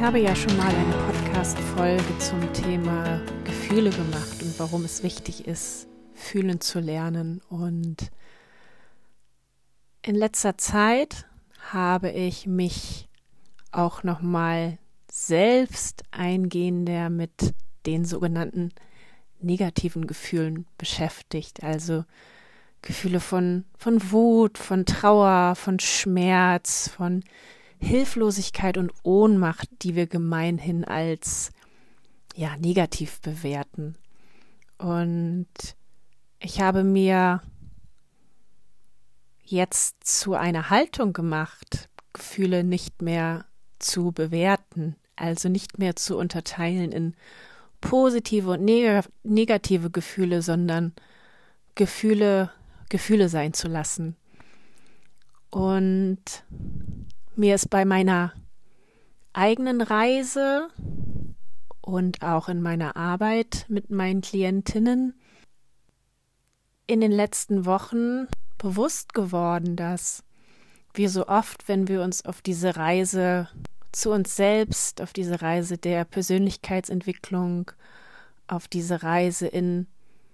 Ich habe ja schon mal eine Podcast-Folge zum Thema Gefühle gemacht und warum es wichtig ist, fühlen zu lernen. Und in letzter Zeit habe ich mich auch nochmal selbst eingehender mit den sogenannten negativen Gefühlen beschäftigt. Also Gefühle von Wut, von Trauer, von Schmerz, von Hilflosigkeit und Ohnmacht, die wir gemeinhin als negativ bewerten. Und ich habe mir jetzt zu einer Haltung gemacht, Gefühle nicht mehr zu bewerten, also nicht mehr zu unterteilen in positive und negative Gefühle, sondern Gefühle sein zu lassen. Und mir ist bei meiner eigenen Reise und auch in meiner Arbeit mit meinen Klientinnen in den letzten Wochen bewusst geworden, dass wir so oft, wenn wir uns auf diese Reise zu uns selbst, auf diese Reise der Persönlichkeitsentwicklung, auf diese Reise in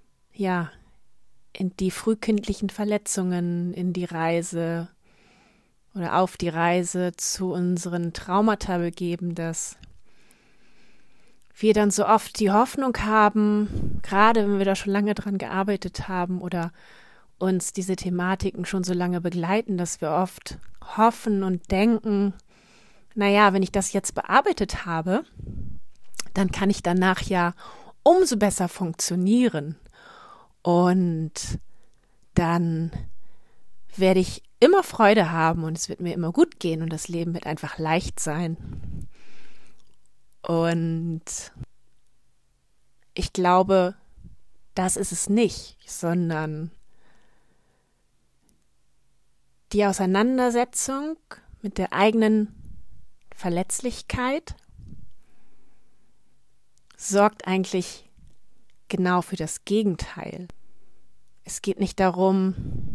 die frühkindlichen Verletzungen, in die Reise oder auf die Reise zu unseren Traumata begeben, dass wir dann so oft die Hoffnung haben, gerade wenn wir da schon lange dran gearbeitet haben oder uns diese Thematiken schon so lange begleiten, dass wir oft hoffen und denken, wenn ich das jetzt bearbeitet habe, dann kann ich danach ja umso besser funktionieren. Und dann werde ich immer Freude haben und es wird mir immer gut gehen und das Leben wird einfach leicht sein. Und ich glaube, das ist es nicht, sondern die Auseinandersetzung mit der eigenen Verletzlichkeit sorgt eigentlich genau für das Gegenteil. Es geht nicht darum,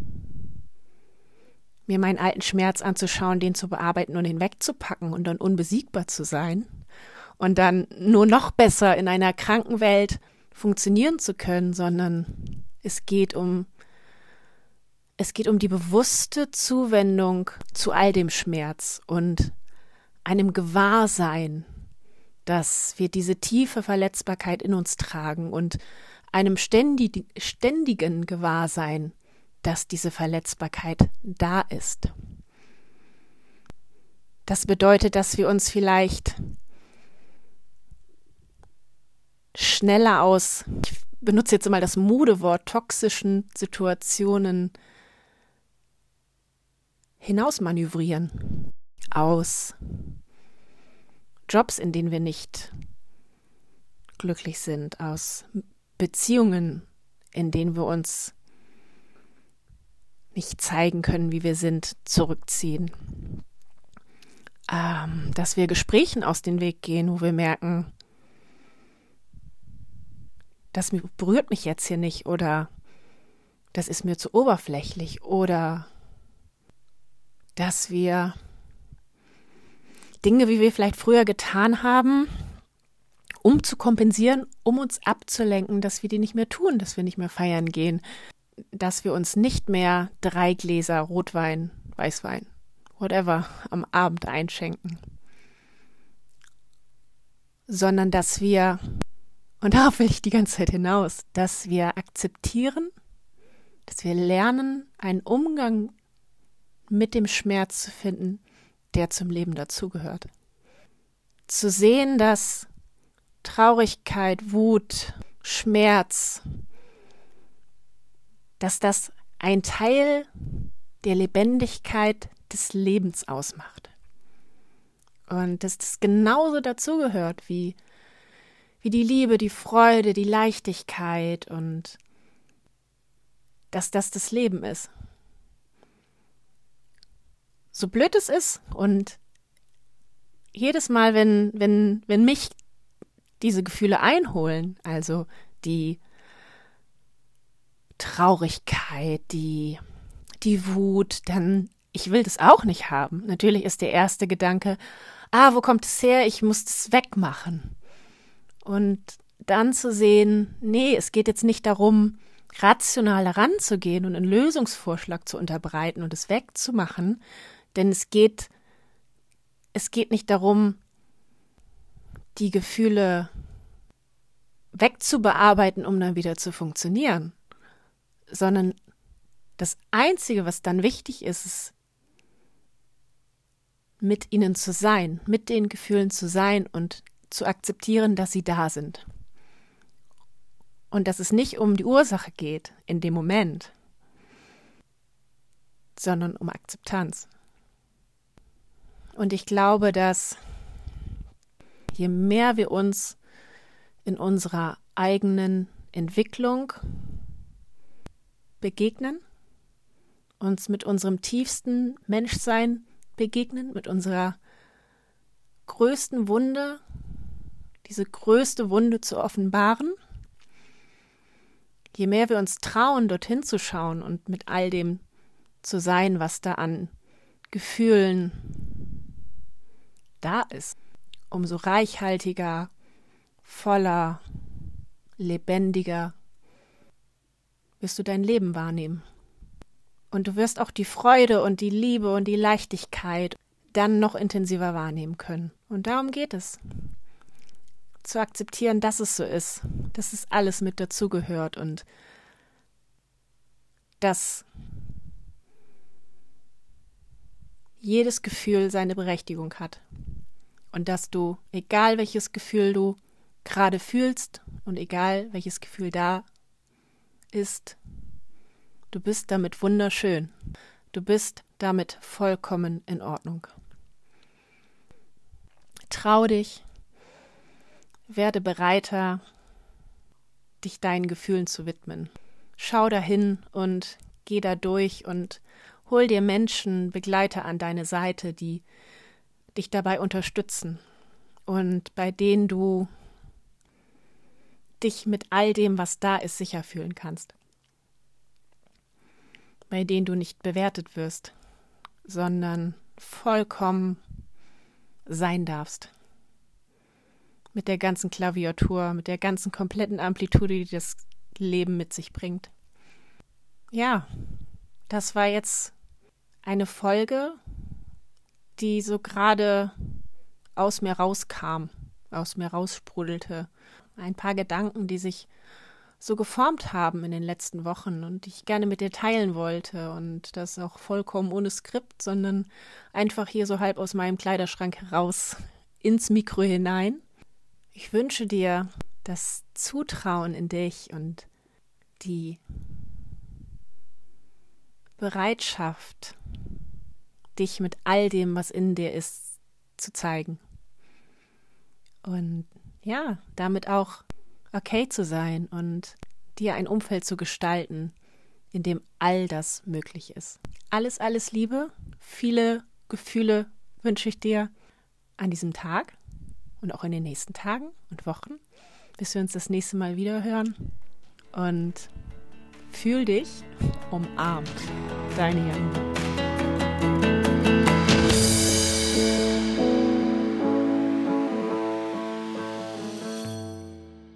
mir meinen alten Schmerz anzuschauen, den zu bearbeiten und ihn wegzupacken und dann unbesiegbar zu sein und dann nur noch besser in einer kranken Welt funktionieren zu können, sondern es geht um die bewusste Zuwendung zu all dem Schmerz und einem Gewahrsein, dass wir diese tiefe Verletzbarkeit in uns tragen und einem ständigen Gewahrsein, dass diese Verletzbarkeit da ist. Das bedeutet, dass wir uns vielleicht schneller aus, ich benutze jetzt mal das Modewort, toxischen Situationen hinausmanövrieren, aus Jobs, in denen wir nicht glücklich sind, aus Beziehungen, in denen wir uns nicht zeigen können, wie wir sind, zurückziehen. Dass wir Gesprächen aus dem Weg gehen, wo wir merken, das berührt mich jetzt hier nicht oder das ist mir zu oberflächlich oder dass wir Dinge, wie wir vielleicht früher getan haben, um zu kompensieren, um uns abzulenken, dass wir die nicht mehr tun, dass wir nicht mehr feiern gehen, dass wir uns nicht mehr 3 Gläser Rotwein, Weißwein, whatever, am Abend einschenken, sondern dass wir, und darauf will ich die ganze Zeit hinaus, dass wir akzeptieren, dass wir lernen, einen Umgang mit dem Schmerz zu finden, der zum Leben dazugehört. Zu sehen, dass Traurigkeit, Wut, Schmerz, dass das ein Teil der Lebendigkeit des Lebens ausmacht. Und dass das genauso dazugehört wie die Liebe, die Freude, die Leichtigkeit und dass das Leben ist. So blöd es ist und jedes Mal, wenn mich diese Gefühle einholen, also die Traurigkeit, die Wut, dann ich will das auch nicht haben. Natürlich ist der erste Gedanke, wo kommt es her? Ich muss es wegmachen. Und dann zu sehen, nee, es geht jetzt nicht darum, rational heranzugehen und einen Lösungsvorschlag zu unterbreiten und es wegzumachen, denn es geht nicht darum, die Gefühle wegzubearbeiten, um dann wieder zu funktionieren, sondern das Einzige, was dann wichtig ist, ist, mit ihnen zu sein, mit den Gefühlen zu sein und zu akzeptieren, dass sie da sind. Und dass es nicht um die Ursache geht in dem Moment, sondern um Akzeptanz. Und ich glaube, dass je mehr wir uns in unserer eigenen Entwicklung begegnen, uns mit unserem tiefsten Menschsein begegnen, mit unserer größten Wunde, diese größte Wunde zu offenbaren, je mehr wir uns trauen, dorthin zu schauen und mit all dem zu sein, was da an Gefühlen da ist, umso reichhaltiger, voller, lebendiger wirst du dein Leben wahrnehmen. Und du wirst auch die Freude und die Liebe und die Leichtigkeit dann noch intensiver wahrnehmen können. Und darum geht es. Zu akzeptieren, dass es so ist, dass es alles mit dazugehört und dass jedes Gefühl seine Berechtigung hat. Und dass du, egal welches Gefühl du gerade fühlst und egal welches Gefühl da ist, du bist damit wunderschön. Du bist damit vollkommen in Ordnung. Trau dich, werde bereiter, dich deinen Gefühlen zu widmen. Schau dahin und geh da durch und hol dir Menschen, Begleiter an deine Seite, die dich dabei unterstützen und bei denen du dich mit all dem, was da ist, sicher fühlen kannst. Bei denen du nicht bewertet wirst, sondern vollkommen sein darfst. Mit der ganzen Klaviatur, mit der ganzen kompletten Amplitude, die das Leben mit sich bringt. Ja, das war jetzt eine Folge, die so gerade aus mir rauskam, aus mir raussprudelte. Ein paar Gedanken, die sich so geformt haben in den letzten Wochen und die ich gerne mit dir teilen wollte und das auch vollkommen ohne Skript, sondern einfach hier so halb aus meinem Kleiderschrank heraus ins Mikro hinein. Ich wünsche dir das Zutrauen in dich und die Bereitschaft, dich mit all dem, was in dir ist, zu zeigen. Und ja, damit auch okay zu sein und dir ein Umfeld zu gestalten, in dem all das möglich ist. Alles, alles Liebe, viele Gefühle wünsche ich dir an diesem Tag und auch in den nächsten Tagen und Wochen, bis wir uns das nächste Mal wieder hören. Und fühl dich umarmt. Deine Janina.